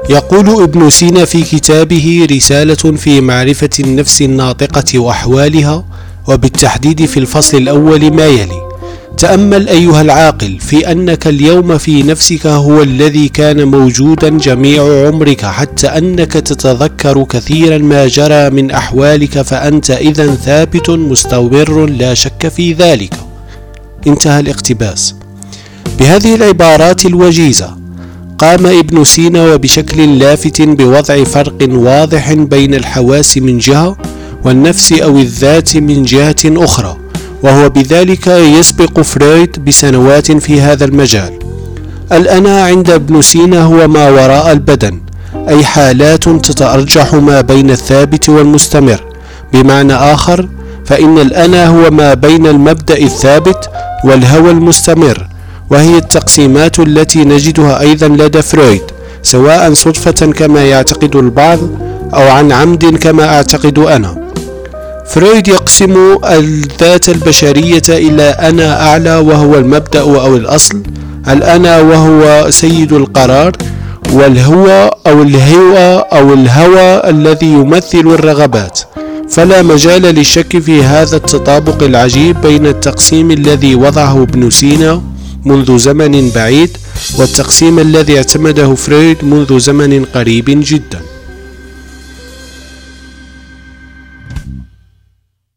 يقول ابن سينا في كتابه رسالة في معرفة النفس الناطقة وأحوالها، وبالتحديد في الفصل الأول ما يلي: تأمل أيها العاقل في أنك اليوم في نفسك هو الذي كان موجودا جميع عمرك، حتى أنك تتذكر كثيرا ما جرى من أحوالك، فأنت إذن ثابت مستمر لا شك في ذلك. انتهى الاقتباس. بهذه العبارات الوجيزة قام ابن سينا وبشكل لافت بوضع فرق واضح بين الحواس من جهة والنفس أو الذات من جهة أخرى، وهو بذلك يسبق فرويد بسنوات في هذا المجال. الأنا عند ابن سينا هو ما وراء البدن، أي حالات تتأرجح ما بين الثابت والمستمر. بمعنى آخر، فإن الأنا هو ما بين المبدأ الثابت والهوى المستمر، وهي التقسيمات التي نجدها أيضا لدى فرويد، سواء صدفة كما يعتقد البعض أو عن عمد كما أعتقد أنا. فرويد يقسم الذات البشرية إلى أنا أعلى وهو المبدأ أو الأصل، الأنا وهو سيد القرار، والهوى أو الهوى الذي يمثل الرغبات. فلا مجال للشك في هذا التطابق العجيب بين التقسيم الذي وضعه ابن سينا منذ زمن بعيد والتقسيم الذي اعتمده فرويد منذ زمن قريب جدا.